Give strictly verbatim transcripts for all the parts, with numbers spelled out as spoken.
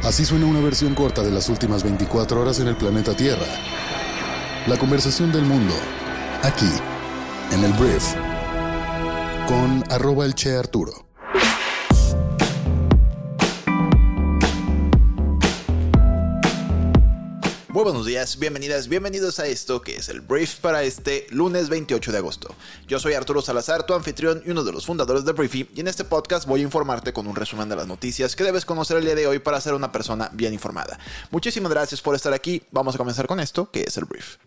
Así suena una versión corta de las últimas veinticuatro horas en el planeta Tierra. La conversación del mundo, aquí, en el Brief, con arroba el Che Arturo. Muy buenos días, bienvenidas, bienvenidos a esto que es el Brief para este lunes veintiocho de agosto. Yo soy Arturo Salazar, tu anfitrión y uno de los fundadores de Briefy, y en este podcast voy a informarte con un resumen de las noticias que debes conocer el día de hoy para ser una persona bien informada. Muchísimas gracias por estar aquí, vamos a comenzar con esto que es el Brief.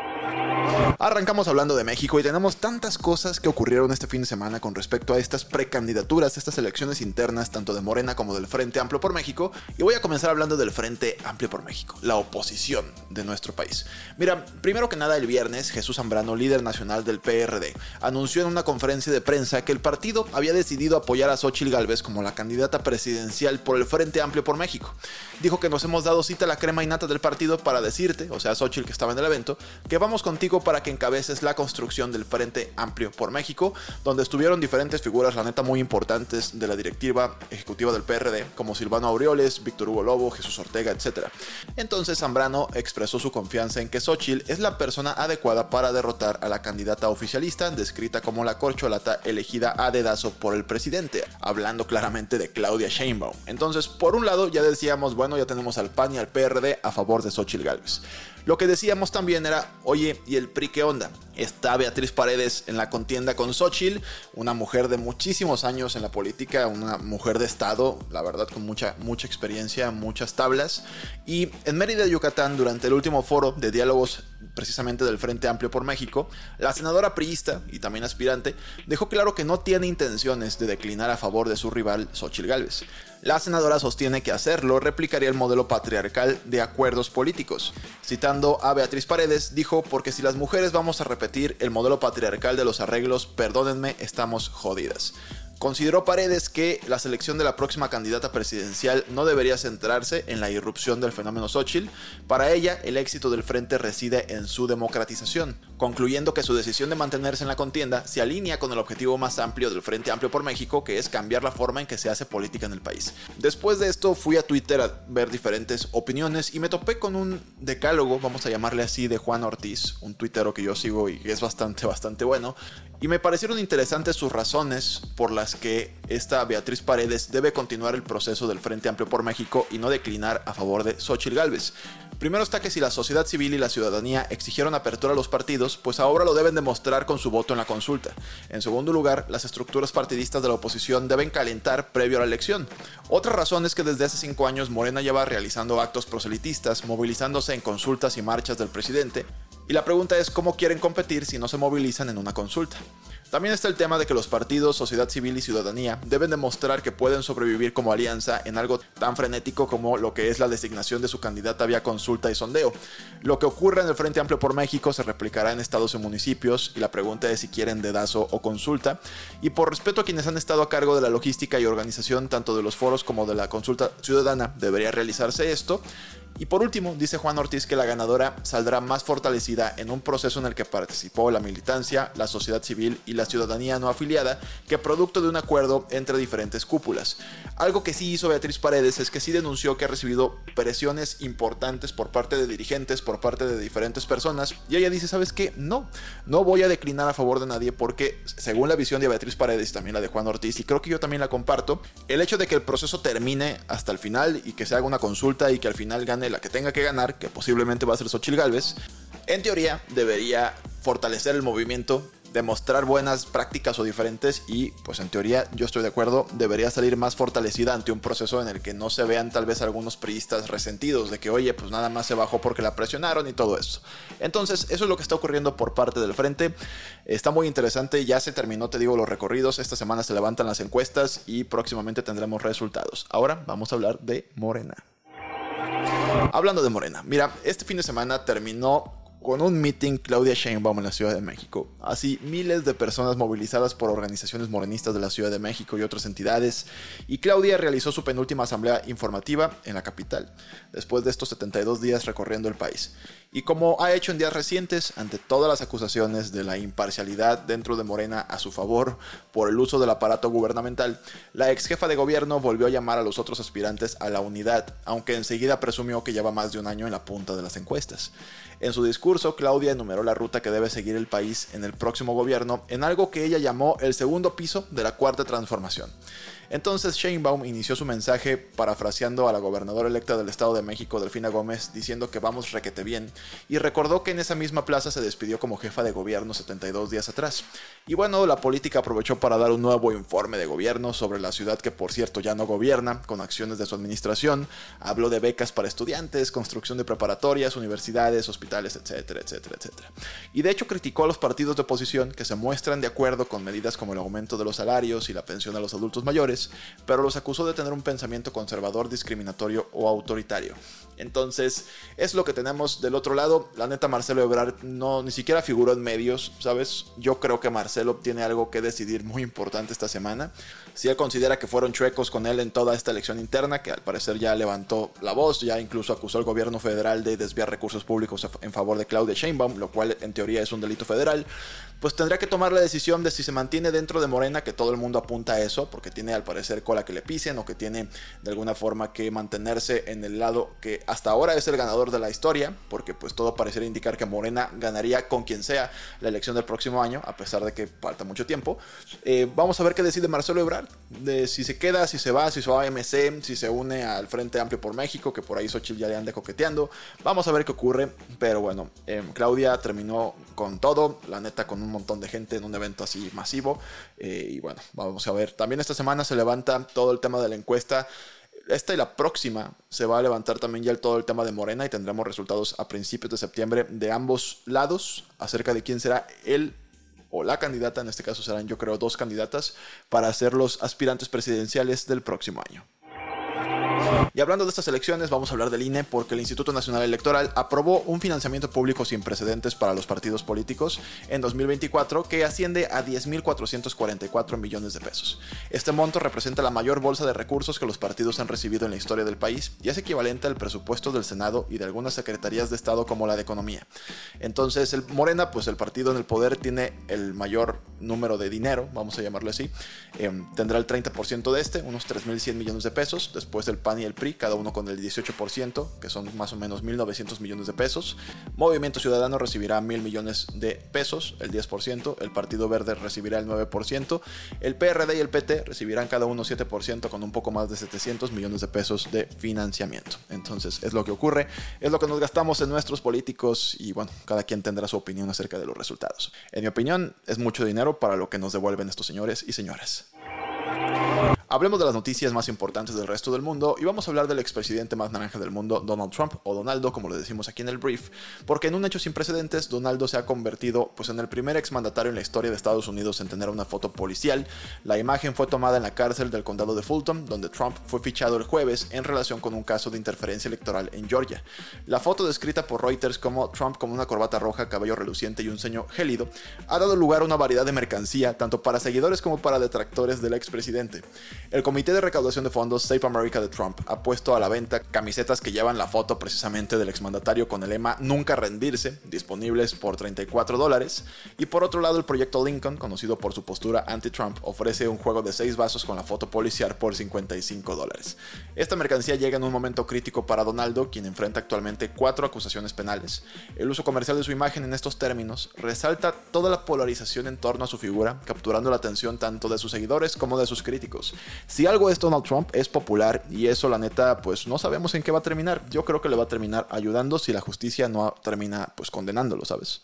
Arrancamos hablando de México y tenemos tantas cosas que ocurrieron este fin de semana con respecto a estas precandidaturas, estas elecciones internas tanto de Morena como del Frente Amplio por México, y voy a comenzar hablando del Frente Amplio por México, la oposición de nuestro país. Mira, primero que nada el viernes Jesús Zambrano, líder nacional del P R D, anunció en una conferencia de prensa que el partido había decidido apoyar a Xóchitl Gálvez como la candidata presidencial por el Frente Amplio por México. Dijo que nos hemos dado cita a la crema innata del partido para decirte, o sea Xóchitl que estaba en el evento, que vamos contigo para que encabeces la construcción del Frente Amplio por México, donde estuvieron diferentes figuras, la neta, muy importantes de la directiva ejecutiva del P R D, como Silvano Aureoles, Víctor Hugo Lobo, Jesús Ortega, etcétera. Entonces Zambrano expresó su confianza en que Xóchitl es la persona adecuada para derrotar a la candidata oficialista, descrita como la corcholata elegida a dedazo por el presidente, hablando claramente de Claudia Sheinbaum. Entonces, por un lado, ya decíamos, bueno, ya tenemos al P A N y al P R D a favor de Xóchitl Gálvez. Lo que decíamos también era, oye, ¿y el P R I qué onda? Está Beatriz Paredes en la contienda con Xóchitl, una mujer de muchísimos años en la política, una mujer de estado, la verdad con mucha, mucha experiencia, muchas tablas. Y en Mérida, Yucatán, durante el último foro de diálogos precisamente del Frente Amplio por México, la senadora priista y también aspirante dejó claro que no tiene intenciones de declinar a favor de su rival Xóchitl Gálvez. La senadora sostiene que hacerlo replicaría el modelo patriarcal de acuerdos políticos. Citando a Beatriz Paredes, dijo, porque si las mujeres vamos a repetir el modelo patriarcal de los arreglos, perdónenme, estamos jodidas. Consideró Paredes que la selección de la próxima candidata presidencial no debería centrarse en la irrupción del fenómeno Xóchitl. Para ella, el éxito del frente reside en su democratización, concluyendo que su decisión de mantenerse en la contienda se alinea con el objetivo más amplio del Frente Amplio por México, que es cambiar la forma en que se hace política en el país. Después de esto, fui a Twitter a ver diferentes opiniones y me topé con un decálogo, vamos a llamarle así, de Juan Ortiz, un tuitero que yo sigo y que es bastante, bastante bueno. Y me parecieron interesantes sus razones por las que esta Beatriz Paredes debe continuar el proceso del Frente Amplio por México y no declinar a favor de Xóchitl Gálvez. Primero está que si la sociedad civil y la ciudadanía exigieron apertura a los partidos, pues ahora lo deben demostrar con su voto en la consulta. En segundo lugar, las estructuras partidistas de la oposición deben calentar previo a la elección. Otra razón es que desde hace cinco años Morena lleva realizando actos proselitistas, movilizándose en consultas y marchas del presidente. Y la pregunta es cómo quieren competir si no se movilizan en una consulta. También está el tema de que los partidos, sociedad civil y ciudadanía deben demostrar que pueden sobrevivir como alianza en algo tan frenético como lo que es la designación de su candidata vía consulta y sondeo. Lo que ocurre en el Frente Amplio por México se replicará en estados y municipios y la pregunta es si quieren dedazo o consulta. Y por respeto a quienes han estado a cargo de la logística y organización tanto de los foros como de la consulta ciudadana, debería realizarse esto. Y por último, dice Juan Ortiz que la ganadora saldrá más fortalecida en un proceso en el que participó la militancia, la sociedad civil y la ciudadanía no afiliada, que producto de un acuerdo entre diferentes cúpulas. Algo que sí hizo Beatriz Paredes es que sí denunció que ha recibido presiones importantes por parte de dirigentes, por parte de diferentes personas, y ella dice, ¿sabes qué? No, no voy a declinar a favor de nadie porque, según la visión de Beatriz Paredes y también la de Juan Ortiz, y creo que yo también la comparto, el hecho de que el proceso termine hasta el final y que se haga una consulta y que al final gane la que tenga que ganar, que posiblemente va a ser Xóchitl Gálvez, en teoría debería fortalecer el movimiento, demostrar buenas prácticas o diferentes y pues en teoría yo estoy de acuerdo, debería salir más fortalecida ante un proceso en el que no se vean tal vez algunos priistas resentidos de que oye pues nada más se bajó porque la presionaron y todo eso. Entonces eso es lo que está ocurriendo por parte del frente, está muy interesante, ya se terminó te digo los recorridos, esta semana se levantan las encuestas y próximamente tendremos resultados. Ahora vamos a hablar de Morena. Hablando de Morena, mira, este fin de semana terminó con un meeting Claudia Sheinbaum en la Ciudad de México. Así, miles de personas movilizadas por organizaciones morenistas de la Ciudad de México y otras entidades. Y Claudia realizó su penúltima asamblea informativa en la capital, después de estos setenta y dos días recorriendo el país. Y como ha hecho en días recientes, ante todas las acusaciones de la imparcialidad dentro de Morena a su favor por el uso del aparato gubernamental, la ex jefa de gobierno volvió a llamar a los otros aspirantes a la unidad, aunque enseguida presumió que lleva más de un año en la punta de las encuestas. En su discurso, Claudia enumeró la ruta que debe seguir el país en el próximo gobierno en algo que ella llamó el segundo piso de la cuarta transformación. Entonces Sheinbaum inició su mensaje parafraseando a la gobernadora electa del Estado de México, Delfina Gómez, diciendo que vamos requete bien, y recordó que en esa misma plaza se despidió como jefa de gobierno setenta y dos días atrás. Y bueno, la política aprovechó para dar un nuevo informe de gobierno sobre la ciudad que por cierto ya no gobierna, con acciones de su administración. Habló de becas para estudiantes, construcción de preparatorias, universidades, hospitales, etcétera, etcétera, etcétera. Y de hecho criticó a los partidos de oposición que se muestran de acuerdo con medidas como el aumento de los salarios y la pensión a los adultos mayores, pero los acusó de tener un pensamiento conservador, discriminatorio o autoritario. Entonces, es lo que tenemos del otro lado. La neta, Marcelo Ebrard no, ni siquiera figuró en medios, ¿sabes? Yo creo que Marcelo tiene algo que decidir muy importante esta semana. Si él considera que fueron chuecos con él en toda esta elección interna, que al parecer ya levantó la voz, ya incluso acusó al gobierno federal de desviar recursos públicos en favor de Claudia Sheinbaum, lo cual en teoría es un delito federal, pues tendría que tomar la decisión de si se mantiene dentro de Morena, que todo el mundo apunta a eso, porque tiene al parecer cola que le pisen, o que tiene de alguna forma que mantenerse en el lado que hasta ahora es el ganador de la historia, porque pues todo parecería indicar que Morena ganaría con quien sea la elección del próximo año, a pesar de que falta mucho tiempo. Eh, vamos a ver qué decide Marcelo Ebrard, de si se queda, si se va, si se va a M C, si se une al Frente Amplio por México, que por ahí Xochitl ya le anda coqueteando. Vamos a ver qué ocurre, pero bueno, eh, Claudia terminó con todo, la neta, con un montón de gente en un evento así masivo, eh, y bueno, vamos a ver. También esta semana se levanta todo el tema de la encuesta. Esta y la próxima se va a levantar también ya el, todo el tema de Morena, y tendremos resultados a principios de septiembre de ambos lados acerca de quién será el o la candidata. En este caso serán, yo creo, dos candidatas para ser los aspirantes presidenciales del próximo año. Y hablando de estas elecciones, vamos a hablar del I N E, porque el Instituto Nacional Electoral aprobó un financiamiento público sin precedentes para los partidos políticos en dos mil veinticuatro que asciende a diez mil cuatrocientos cuarenta y cuatro millones de pesos. Este monto representa la mayor bolsa de recursos que los partidos han recibido en la historia del país y es equivalente al presupuesto del Senado y de algunas secretarías de Estado como la de Economía. Entonces, el Morena, pues el partido en el poder, tiene el mayor número de dinero, vamos a llamarlo así. Eh, tendrá el treinta por ciento de este, unos tres mil cien millones de pesos. Después el P A N y el P R I, cada uno con el dieciocho por ciento, que son más o menos mil novecientos millones de pesos. Movimiento Ciudadano recibirá mil millones de pesos, el diez por ciento. El Partido Verde recibirá el nueve por ciento. El P R D y el P T recibirán cada uno siete por ciento, con un poco más de setecientos millones de pesos de financiamiento. Entonces, es lo que ocurre, es lo que nos gastamos en nuestros políticos, y bueno, cada quien tendrá su opinión acerca de los resultados. En mi opinión, es mucho dinero para lo que nos devuelven estos señores y señoras. Hablemos de las noticias más importantes del resto del mundo y vamos a hablar del expresidente más naranja del mundo, Donald Trump, o Donaldo, como le decimos aquí en el brief, porque en un hecho sin precedentes, Donaldo se ha convertido pues, en el primer exmandatario en la historia de Estados Unidos en tener una foto policial. La imagen fue tomada en la cárcel del condado de Fulton, donde Trump fue fichado el jueves en relación con un caso de interferencia electoral en Georgia. La foto, descrita por Reuters como Trump con una corbata roja, cabello reluciente y un ceño gélido, ha dado lugar a una variedad de mercancía, tanto para seguidores como para detractores del expresidente. El Comité de Recaudación de Fondos Save America de Trump ha puesto a la venta camisetas que llevan la foto precisamente del exmandatario con el lema "Nunca rendirse", disponibles por treinta y cuatro dólares. Y por otro lado, el Proyecto Lincoln, conocido por su postura anti-Trump, ofrece un juego de seis vasos con la foto policial por cincuenta y cinco dólares. Esta mercancía llega en un momento crítico para Donaldo, quien enfrenta actualmente cuatro acusaciones penales. El uso comercial de su imagen en estos términos resalta toda la polarización en torno a su figura, capturando la atención tanto de sus seguidores como de sus críticos. Si algo es Donald Trump, es popular, y eso, la neta, pues no sabemos en qué va a terminar. Yo creo que le va a terminar ayudando si la justicia no termina pues condenándolo, ¿sabes?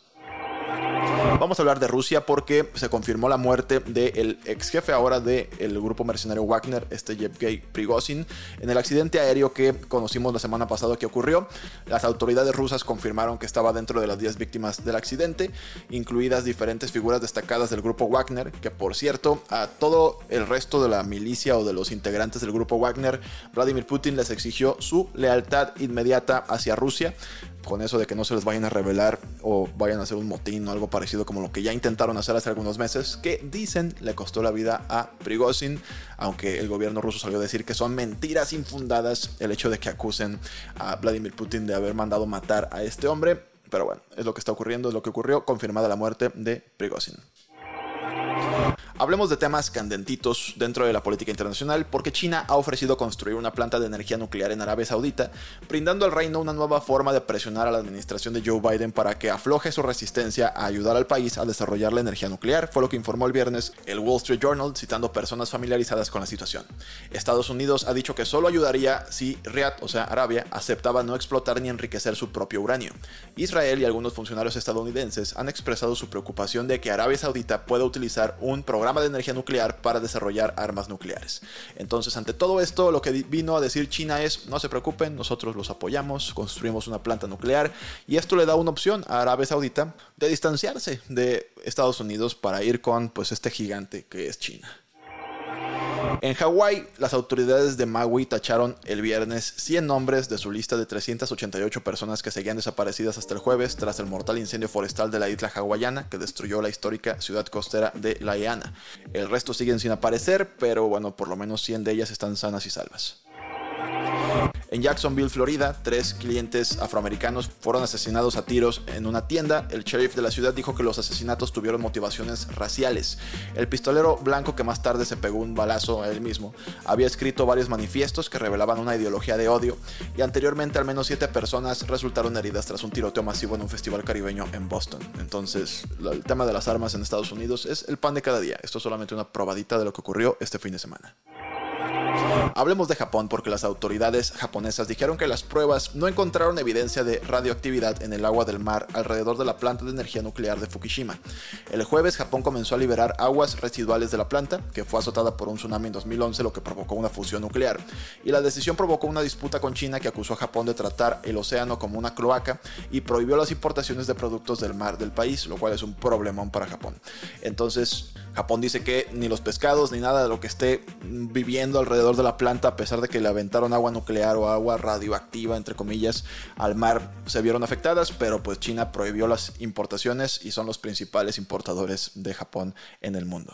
Vamos a hablar de Rusia porque se confirmó la muerte del ex jefe ahora del grupo mercenario Wagner, este Yevgeny Prigozhin, en el accidente aéreo que conocimos la semana pasada que ocurrió. Las autoridades rusas confirmaron que estaba dentro de las diez víctimas del accidente, incluidas diferentes figuras destacadas del grupo Wagner, que por cierto, a todo el resto de la milicia o de los integrantes del grupo Wagner, Vladimir Putin les exigió su lealtad inmediata hacia Rusia. con eso de que no se les vayan a rebelar o vayan a hacer un motín o algo parecido como lo que ya intentaron hacer hace algunos meses, que dicen le costó la vida a Prigozhin, aunque el gobierno ruso salió a decir que son mentiras infundadas el hecho de que acusen a Vladimir Putin de haber mandado matar a este hombre. Pero bueno, es lo que está ocurriendo, es lo que ocurrió, confirmada la muerte de Prigozhin. Hablemos de temas candentitos dentro de la política internacional, porque China ha ofrecido construir una planta de energía nuclear en Arabia Saudita, brindando al reino una nueva forma de presionar a la administración de Joe Biden para que afloje su resistencia a ayudar al país a desarrollar la energía nuclear, fue lo que informó el viernes el Wall Street Journal, citando personas familiarizadas con la situación. Estados Unidos ha dicho que solo ayudaría si Riad, o sea Arabia, aceptaba no explotar ni enriquecer su propio uranio. Israel y algunos funcionarios estadounidenses han expresado su preocupación de que Arabia Saudita pueda utilizar un programa de energía nuclear para desarrollar armas nucleares. Entonces, ante todo esto, lo que vino a decir China es: no se preocupen, nosotros los apoyamos, construimos una planta nuclear, y esto le da una opción a Arabia Saudita de distanciarse de Estados Unidos para ir con pues este gigante que es China. En Hawái, las autoridades de Maui tacharon el viernes cien nombres de su lista de trescientas ochenta y ocho personas que seguían desaparecidas hasta el jueves tras el mortal incendio forestal de la isla hawaiana que destruyó la histórica ciudad costera de Laeana. El resto siguen sin aparecer, pero bueno, por lo menos cien de ellas están sanas y salvas. En Jacksonville, Florida, tres clientes afroamericanos fueron asesinados a tiros en una tienda. El sheriff de la ciudad dijo que los asesinatos tuvieron motivaciones raciales. El pistolero blanco, que más tarde se pegó un balazo a él mismo, había escrito varios manifiestos que revelaban una ideología de odio, y anteriormente al menos siete personas resultaron heridas tras un tiroteo masivo en un festival caribeño en Boston. Entonces, el tema de las armas en Estados Unidos es el pan de cada día. Esto es solamente una probadita de lo que ocurrió este fin de semana. Hablemos de Japón, porque las autoridades japonesas dijeron que las pruebas no encontraron evidencia de radioactividad en el agua del mar alrededor de la planta de energía nuclear de Fukushima. El jueves, Japón comenzó a liberar aguas residuales de la planta, que fue azotada por un tsunami en dos mil once, lo que provocó una fusión nuclear. Y la decisión provocó una disputa con China, que acusó a Japón de tratar el océano como una cloaca y prohibió las importaciones de productos del mar del país, lo cual es un problemón para Japón. Entonces, Japón dice que ni los pescados ni nada de lo que esté viviendo alrededor de la planta, a pesar de que le aventaron agua nuclear o agua radioactiva, entre comillas, al mar, se vieron afectadas, pero pues China prohibió las importaciones y son los principales importadores de Japón en el mundo.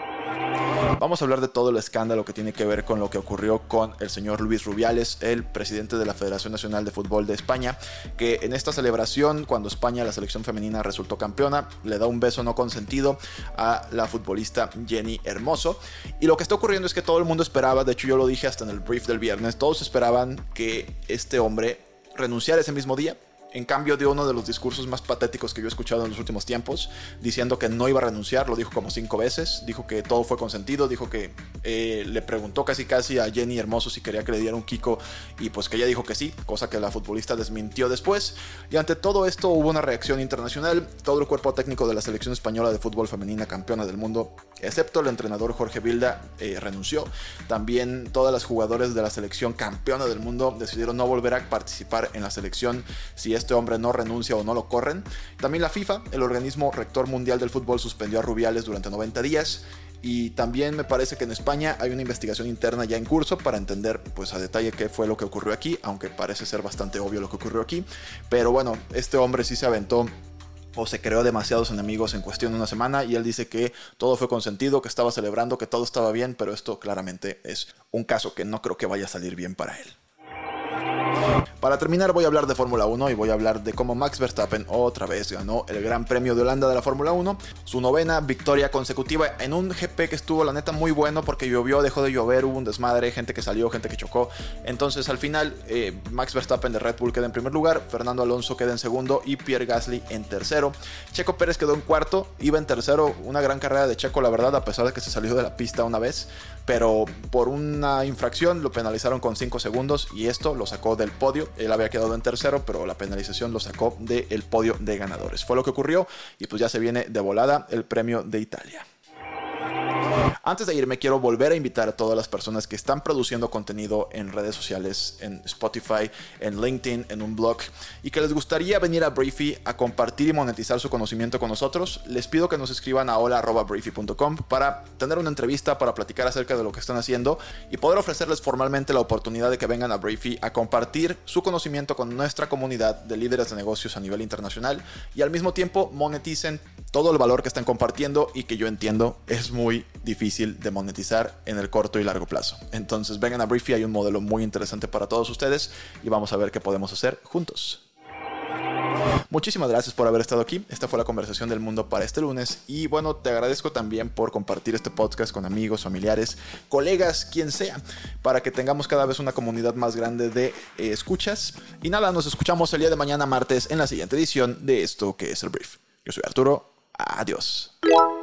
Vamos a hablar de todo el escándalo que tiene que ver con lo que ocurrió con el señor Luis Rubiales, el presidente de la Federación Nacional de Fútbol de España, que en esta celebración, cuando España, la selección femenina, resultó campeona, le da un beso no consentido a la futbolista Jenny Hermoso. Y lo que está ocurriendo es que todo el mundo esperaba, de hecho yo lo dije hasta en el brief del viernes, todos esperaban que este hombre renunciara ese mismo día. En cambio, dio uno de los discursos más patéticos que yo he escuchado en los últimos tiempos, diciendo que no iba a renunciar. Lo dijo como cinco veces, dijo que todo fue consentido, dijo que eh, le preguntó casi casi a Jenny Hermoso si quería que le diera un kiko, y pues que ella dijo que sí, cosa que la futbolista desmintió después. Y ante todo esto hubo una reacción internacional. Todo el cuerpo técnico de la selección española de fútbol femenina, campeona del mundo, excepto el entrenador Jorge Vilda, eh, renunció. También todas las jugadoras de la selección campeona del mundo decidieron no volver a participar en la selección si este hombre no renuncia o no lo corren. También la FIFA, el organismo rector mundial del fútbol, suspendió a Rubiales durante noventa días. Y también me parece que en España hay una investigación interna ya en curso para entender pues a detalle qué fue lo que ocurrió aquí, aunque parece ser bastante obvio lo que ocurrió aquí. Pero bueno, este hombre sí se aventó o se creó demasiados enemigos en cuestión de una semana, y él dice que todo fue consentido, que estaba celebrando, que todo estaba bien, pero esto claramente es un caso que no creo que vaya a salir bien para él. Para terminar, voy a hablar de Fórmula uno y voy a hablar de cómo Max Verstappen otra vez ganó el Gran Premio de Holanda de la Fórmula uno, su novena victoria consecutiva en un G P que estuvo la neta muy bueno, porque llovió, dejó de llover, hubo un desmadre, gente que salió, gente que chocó. Entonces al final eh, Max Verstappen de Red Bull queda en primer lugar, Fernando Alonso queda en segundo y Pierre Gasly en tercero. Checo Pérez quedó en cuarto, iba en tercero, una gran carrera de Checo la verdad, a pesar de que se salió de la pista una vez, pero por una infracción lo penalizaron con cinco segundos y esto lo sacó del podio. Él había quedado en tercero, pero la penalización lo sacó del podio de ganadores. Fue lo que ocurrió y pues ya se viene de volada el premio de Italia. Antes de irme, quiero volver a invitar a todas las personas que están produciendo contenido en redes sociales, en Spotify, en LinkedIn, en un blog, y que les gustaría venir a Briefy a compartir y monetizar su conocimiento con nosotros. Les pido que nos escriban a hola arroba briefy punto com para tener una entrevista, para platicar acerca de lo que están haciendo y poder ofrecerles formalmente la oportunidad de que vengan a Briefy a compartir su conocimiento con nuestra comunidad de líderes de negocios a nivel internacional y al mismo tiempo moneticen todo el valor que están compartiendo y que yo entiendo es muy difícil de monetizar en el corto y largo plazo. Entonces vengan a Briefy, hay un modelo muy interesante para todos ustedes y vamos a ver qué podemos hacer juntos. Muchísimas gracias por haber estado aquí. Esta fue la conversación del mundo para este lunes. Y bueno, te agradezco también por compartir este podcast con amigos, familiares, colegas, quien sea, para que tengamos cada vez una comunidad más grande de eh, escuchas. Y nada, nos escuchamos el día de mañana martes en la siguiente edición de esto que es el Brief. Yo soy Arturo. Adiós.